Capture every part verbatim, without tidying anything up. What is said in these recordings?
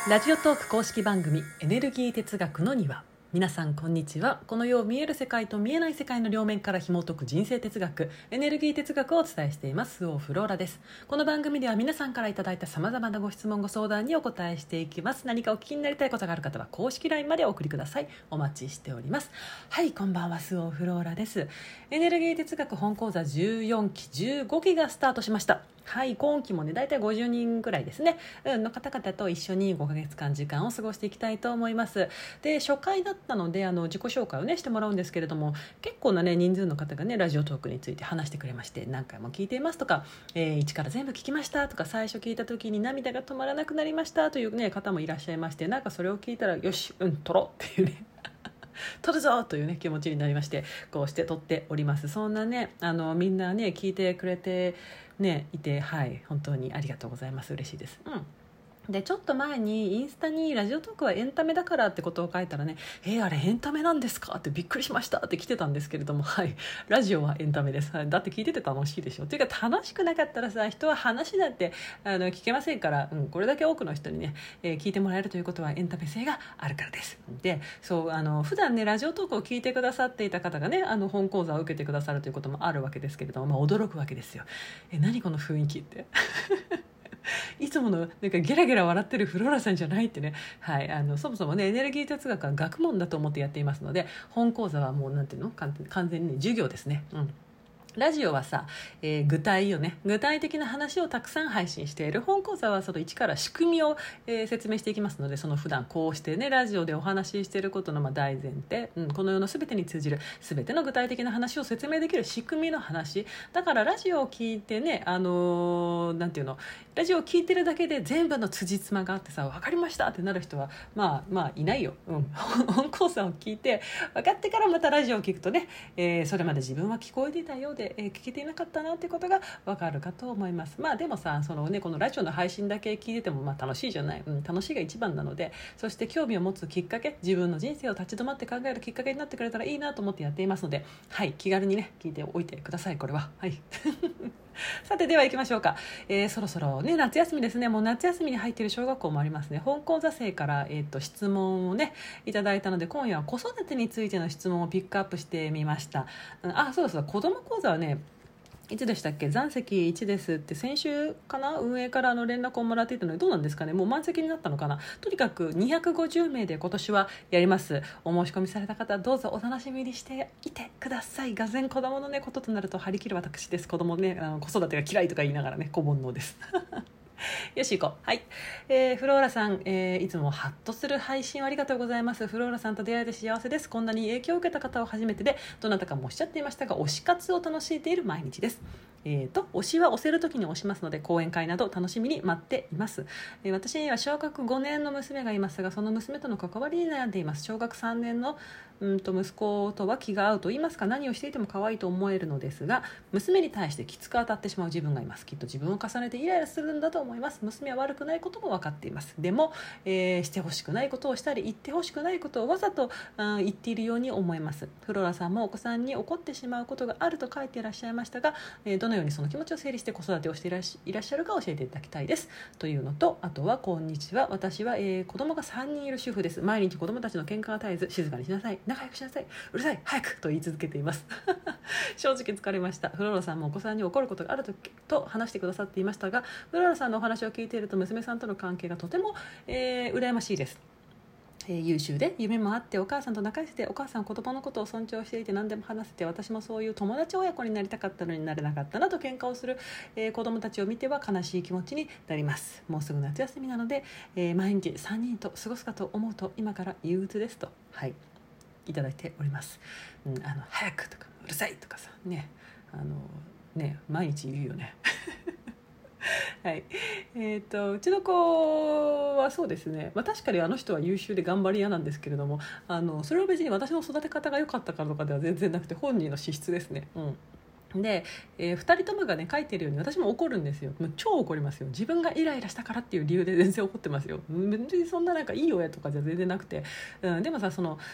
ラジオトーク公式番組エネルギー哲学の庭。皆さんこんにちは。この世を見える世界と見えない世界の両面から紐解く人生哲学、エネルギー哲学をお伝えしています周防フローラです。この番組では皆さんからいただいた様々なご質問ご相談にお答えしていきます。何かお聞きになりたいことがある方は公式 ライン までお送りください。お待ちしております。はい、こんばんは、周防フローラです。エネルギー哲学本講座じゅうよんきじゅうごきがスタートしました。はい、今期もね、だいたいごじゅうにんくらいですね、うん、の方々と一緒にごかげつかん時間を過ごしていきたいと思います。で、初回だったのであの自己紹介をねしてもらうんですけれども、結構なね人数の方がねラジオトークについて話してくれまして、何回も聞いていますとか、えー、一から全部聞きましたとか、最初聞いた時に涙が止まらなくなりましたというね方もいらっしゃいまして、なんかそれを聞いたらよし、うん、撮ろうっていうね撮るぞというね気持ちになりまして、こうして撮っております。そんなねあのみんなね聞いてくれてねいて、はい本当にありがとうございます。嬉しいです。うんでちょっと前にインスタにラジオトークはエンタメだからってことを書いたらね、えー、あれエンタメなんですかってびっくりしましたって来てたんですけれども、はいラジオはエンタメです、はい、だって聞いてて楽しいでしょ。っていうか楽しくなかったらさ、人は話だってあの聞けませんから、うん、これだけ多くの人にね、えー、聞いてもらえるということはエンタメ性があるからです。でそうあの普段ねラジオトークを聞いてくださっていた方がねあの本講座を受けてくださるということもあるわけですけれども、まあ、驚くわけですよ。え何この雰囲気っていつものなんかゲラゲラ笑ってるフローラさんじゃないってね、はい、あのそもそもねエネルギー哲学は学問だと思ってやっていますので、本講座はもうなんていうの完全に、ね、授業ですね。うんラジオはさ、えー、具体よね具体的な話をたくさん配信している。本講座はその一から仕組みを、えー、説明していきますので、その普段こうしてねラジオでお話ししていることのまあ大前提、うん、この世の全てに通じる全ての具体的な話を説明できる仕組みの話だから、ラジオを聞いてねあのー、なんていうのラジオを聞いてるだけで全部の辻褄があってさ分かりましたってなる人はまあまあいないよ、うん、本講座を聞いて分かってからまたラジオを聞くとね、えー、それまで自分は聞こえていたようでえー、聞けていなかったなっていうことが分かるかと思います。まあでもさその、ね、このラジオの配信だけ聞いててもまあ楽しいじゃない、うん、楽しいが一番なので、そして興味を持つきっかけ、自分の人生を立ち止まって考えるきっかけになってくれたらいいなと思ってやっていますので、はい気軽にね聞いておいてください。これははいさてでは行きましょうか。えー、そろそろね夏休みですね。もう夏休みに入っている小学校もありますね。本講座生から、えー、と質問をねいただいたので、今夜は子育てについての質問をピックアップしてみました。あそうだそうだ、子ども講座はねいつでしたっけ、残席いちですって先週かな運営からあの連絡をもらっていたので、どうなんですかね、もう満席になったのかな。とにかくにひゃくごじゅうめいで今年はやります。お申し込みされた方どうぞお楽しみにしていてください。がぜん子供のねこととなると張り切る私です。子供ねあの子育てが嫌いとか言いながらね子煩悩ですよし行こう。はい、えー、フローラさん、えー、いつもハッとする配信をありがとうございます。フローラさんと出会えて幸せです。こんなに影響を受けた方は初めてで、どなたかもおっしゃっていましたが推し活を楽しんでいる毎日です。えー、と推しは押せる時に押しますので、講演会など楽しみに待っています。えー、私には小学ごねんの娘がいますが、その娘との関わりに悩んでいます。小学さんねんのうんと息子とは気が合うと言いますか、何をしていても可愛いと思えるのですが、娘に対してきつく当たってしまう自分がいます。きっと自分を重ねてイライラするんだと思います。娘は悪くないことも分かっています。でも、えー、してほしくないことをしたり言ってほしくないことをわざと、うん、言っているように思います。フローラさんもお子さんに怒ってしまうことがあると書いていらっしゃいましたが、えー、どのようにその気持ちを整理して子育てをしていらっしいらっしゃるか教えていただきたいですというのと、あとはこんにちは、私は、えー、子供がさんにんいる主婦です。毎日子供たちの喧嘩が絶えず、静かにしなさい、仲良くしなさい、うるさい、早くと言い続けています正直疲れました。フローラさんもお子さんに怒ることがあるとと話してくださっていましたが、フローラさんのお話を聞いていると娘さんとの関係がとても、えー、羨ましいです。えー、優秀で夢もあって、お母さんと仲良しで、お母さん子供のことを尊重していて何でも話せて、私もそういう友達親子になりたかったのになれなかったなと喧嘩をする、えー、子供たちを見ては悲しい気持ちになります。もうすぐ夏休みなので、えー、毎日さんにんと過ごすかと思うと今から憂鬱ですと、はいいただいております。うん、あの早くとかうるさいとかさね、あのね毎日言うよねはいえー、とうちの子はそうですね、まあ、確かにあの人は優秀で頑張り屋なんですけれども、あのそれは別に私の育て方が良かったからとかでは全然なくて、本人の資質ですね。うんで、えー、ふたりともがね書いてるように私も怒るんですよ。もう超怒りますよ。自分がイライラしたからっていう理由で全然怒ってますよ。別にそんななんかいい親とかじゃ全然なくて、うん、でもさその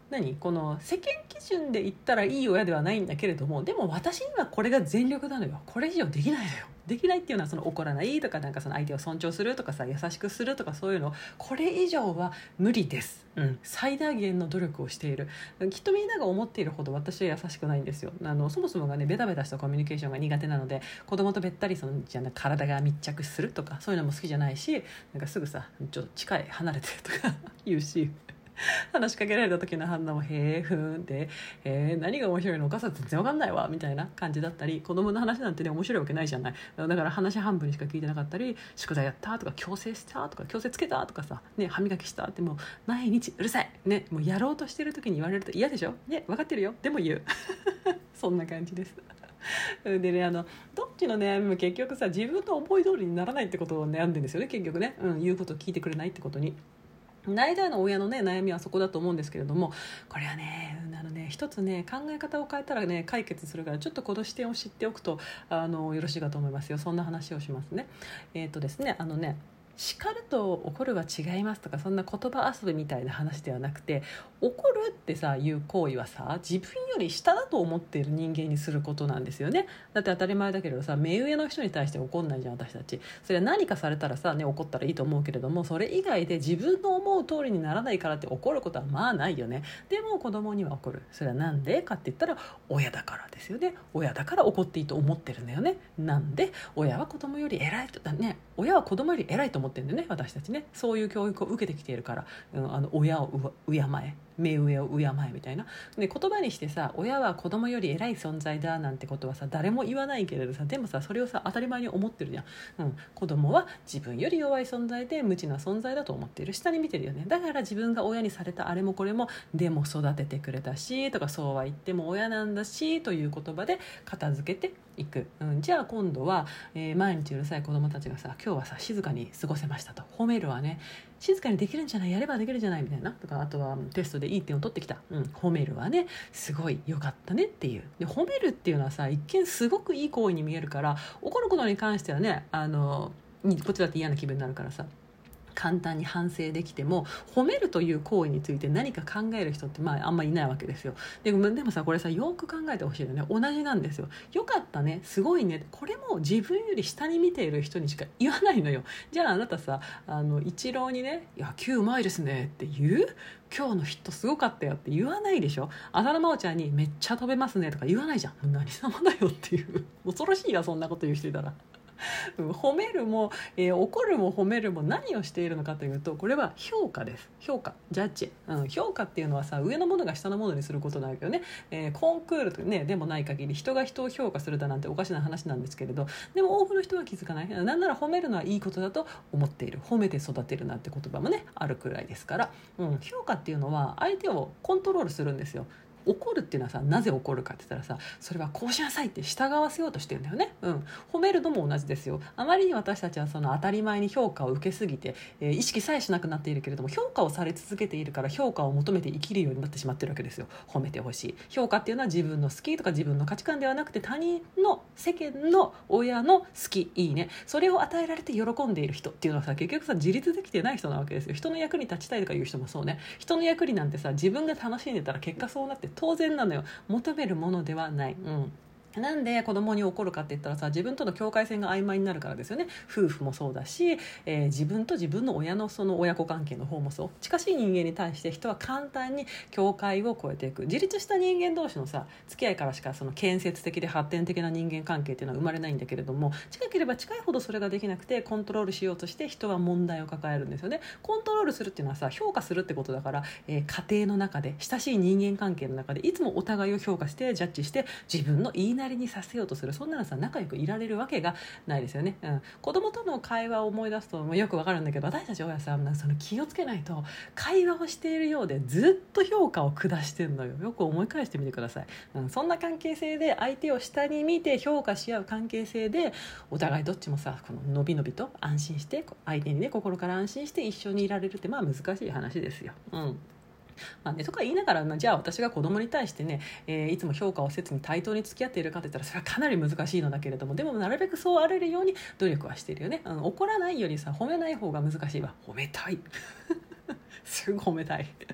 何この世間基準で言ったらいい親ではないんだけれども、でも私にはこれが全力なのよ、これ以上できないのよ。できないっていうのはその怒らないとか、なんかその相手を尊重するとかさ、優しくするとか、そういうのこれ以上は無理です、うん、最大限の努力をしている。きっとみんなが思っているほど私は優しくないんですよ。あのそもそもがねベタベタしたコミュニケーションが苦手なので、子供とべったりそのじゃあ体が密着するとかそういうのも好きじゃないし、なんかすぐさちょっと近い離れてとか言うし話しかけられた時の反応もへーふーんで、えー、何が面白いのお母さん全然わかんないわみたいな感じだったり、子供の話なんてね面白いわけないじゃない。だから話半分にしか聞いてなかったり、宿題やったとか矯正したとか矯正つけたとかさ、ね、歯磨きしたってもう毎日うるさい、ね、もうやろうとしてる時に言われると嫌でしょ、ね、分かってるよでも言うそんな感じですでね、あのどっちの悩みも結局さ自分の思い通りにならないってことを悩んでるんですよね結局ね、うん、言うことを聞いてくれないってことに。大体の親の、ね、悩みはそこだと思うんですけれども、これはねあのね一つね考え方を変えたらね解決するから、ちょっとこの視点を知っておくとあのよろしいかと思いますよ。そんな話をしますね。えっとですねあのね叱ると怒るは違いますとか、そんな言葉遊びみたいな話ではなくて、怒るってさいう行為はさ自分より下だと思っている人間にすることなんですよね。だって当たり前だけどさ、目上の人に対して怒んないじゃん私たち。それは何かされたらさ、ね、怒ったらいいと思うけれども、それ以外で自分の思う通りにならないからって怒ることはまあないよね。でも子供には怒る。それはなんでかって言ったら親だからですよね。親だから怒っていいと思ってるんだよね。なんで親は子供より偉いとだね、親は子供より偉いと思ってるんだよね私たちね。そういう教育を受けてきているから、うん、あの親を敬え目上を敬えみたいな、で言葉にしてさ親は子供より偉い存在だなんてことはさ誰も言わないけれどさ、でもさそれをさ当たり前に思ってるじゃん、うん、子供は自分より弱い存在で無知な存在だと思っている、下に見てるよね。だから自分が親にされたあれもこれもでも育ててくれたしとか、そうは言っても親なんだしという言葉で片付けていく、うん、じゃあ今度は、えー、毎日うるさい子供たちがさ今日はさ静かに過ごせましたと褒めるわね。静かにできるんじゃない、やればできるんじゃないみたいなとか、あとはテストでいい点を取ってきた、うん、褒めるわね、すごい良かったねっていう。で褒めるっていうのはさ一見すごくいい行為に見えるから、怒ることに関してはねあのこっちだって嫌な気分になるからさ簡単に反省できても、褒めるという行為について何か考える人ってまああんまりいないわけですよ。でも、でもさこれさよく考えてほしいよね。同じなんですよ。よかったね、すごいね、これも自分より下に見ている人にしか言わないのよ。じゃああなたさあの一郎にね野球うまいですねって言う？今日のヒットすごかったよって言わないでしょ。浅田真央ちゃんにめっちゃ飛べますねとか言わないじゃん。もう何様だよっていう恐ろしいやそんなこと言う人いたら褒めるも、えー、怒るも褒めるも何をしているのかというと、これは評価です。評価、ジャッジ、うん、評価っていうのはさ上のものが下のものにすることなんだけどね、えー、コンクールとかねでもない限り人が人を評価するだなんておかしな話なんですけれど、でも多くの人は気づかない。なんなら褒めるのはいいことだと思っている、褒めて育てるなんて言葉もねあるくらいですから、うん、評価っていうのは相手をコントロールするんですよ。怒るっていうのはさなぜ怒るかって言ったらさ、それはこうしなさいって従わせようとしてるんだよね、うん、褒めるのも同じですよ。あまりに私たちはその当たり前に評価を受けすぎて、えー、意識さえしなくなっているけれども、評価をされ続けているから評価を求めて生きるようになってしまってるわけですよ。褒めてほしい。評価っていうのは自分の好きとか自分の価値観ではなくて、他人の世間の親の好きいいね、それを与えられて喜んでいる人っていうのはさ結局さ自立できてない人なわけですよ。人の役に立ちたいとかいう人もそうね。人の役になんてさ自分が楽しんでたら結果そうなって当然なのよ。求めるものではない、うんなんで子供に怒るかって言ったらさ、自分との境界線が曖昧になるからですよね。夫婦もそうだし、えー、自分と自分の親のその親子関係の方もそう。近しい人間に対して人は簡単に境界を越えていく。自立した人間同士のさ付き合いからしかその建設的で発展的な人間関係っていうのは生まれないんだけれども、近ければ近いほどそれができなくてコントロールしようとして人は問題を抱えるんですよね。コントロールするっていうのはさ評価するってことだから、えー、家庭の中で親しい人間関係の中でいつもお互いを評価してジャッジして自分の言いなりにさせようとする、そんなのさ仲良くいられるわけがないですよね、うん、子供との会話を思い出すともうよくわかるんだけど、私たち親さんその気をつけないと会話をしているようでずっと評価を下してるのよ。よく思い返してみてください、うん、そんな関係性で相手を下に見て評価し合う関係性で、お互いどっちもさこののびのびと安心して相手にね心から安心して一緒にいられるってまあ難しい話ですよ、うんまあね、とか言いながら、じゃあ私が子供に対してね、えー、いつも評価をせずに対等に付き合っているかといったらそれはかなり難しいのだけれども、でもなるべくそうあれるように努力はしているよね、うん、怒らないよりさ褒めない方が難しいわ。褒めたいすぐ褒めたい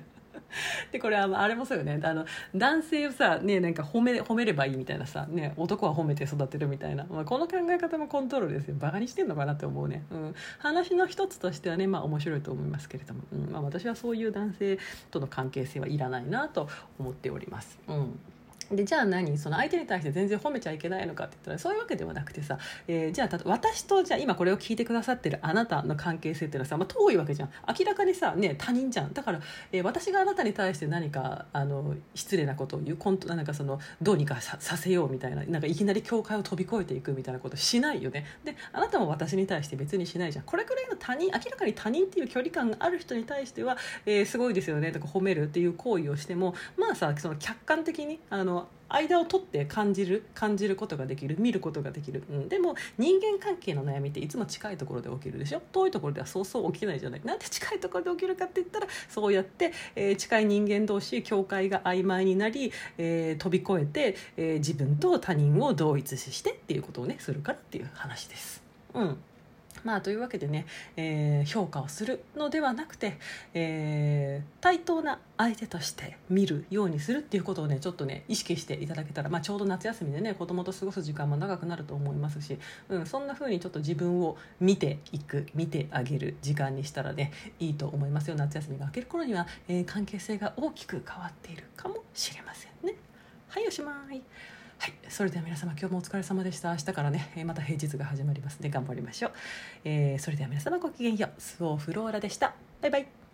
でこれはあれもそうよね、あの男性をさ、ね、なんか褒め褒めればいいみたいなさ、ね、男は褒めて育てるみたいな、まあ、この考え方もコントロールですよ。バカにしてんのかなって思うね、うん、話の一つとしてはね、まあ面白いと思いますけれども、うんまあ、私はそういう男性との関係性はいらないなと思っております。うんでじゃあ何その相手に対して全然褒めちゃいけないのかって言ったらそういうわけではなくてさ、えー、じゃあ私とじゃあ今これを聞いてくださってるあなたの関係性っていうのはさ、まあ、遠いわけじゃん。明らかにさ、ね、他人じゃん。だから、えー、私があなたに対して何かあの失礼なことを言うコントなんかそのどうにか さ, させようみたいな、なんかいきなり境界を飛び越えていくみたいなことしないよね。であなたも私に対して別にしないじゃん。これくらいの他人、明らかに他人っていう距離感がある人に対しては、えー、すごいですよねとか褒めるっていう行為をしても、まあさその客観的にあの間を取って感じる感じることができる、見ることができる、うん、でも人間関係の悩みっていつも近いところで起きるでしょ。遠いところではそうそう起きないじゃない。なんで近いところで起きるかって言ったら、そうやって、えー、近い人間同士境界が曖昧になり、えー、飛び越えて、えー、自分と他人を同一視してっていうことをねするからっていう話です。うんまあ、というわけでね、えー、評価をするのではなくて、えー、対等な相手として見るようにするっていうことをねちょっとね意識していただけたら、まあ、ちょうど夏休みでね子供と過ごす時間も長くなると思いますし、うん、そんな風にちょっと自分を見ていく見てあげる時間にしたらねいいと思いますよ。夏休みが明ける頃には、えー、関係性が大きく変わっているかもしれませんね。はい、おしまい。はい、それでは皆様今日もお疲れ様でした。明日からねまた平日が始まりますので頑張りましょう。えー、それでは皆様ごきげんよう。スオフローラでした。バイバイ。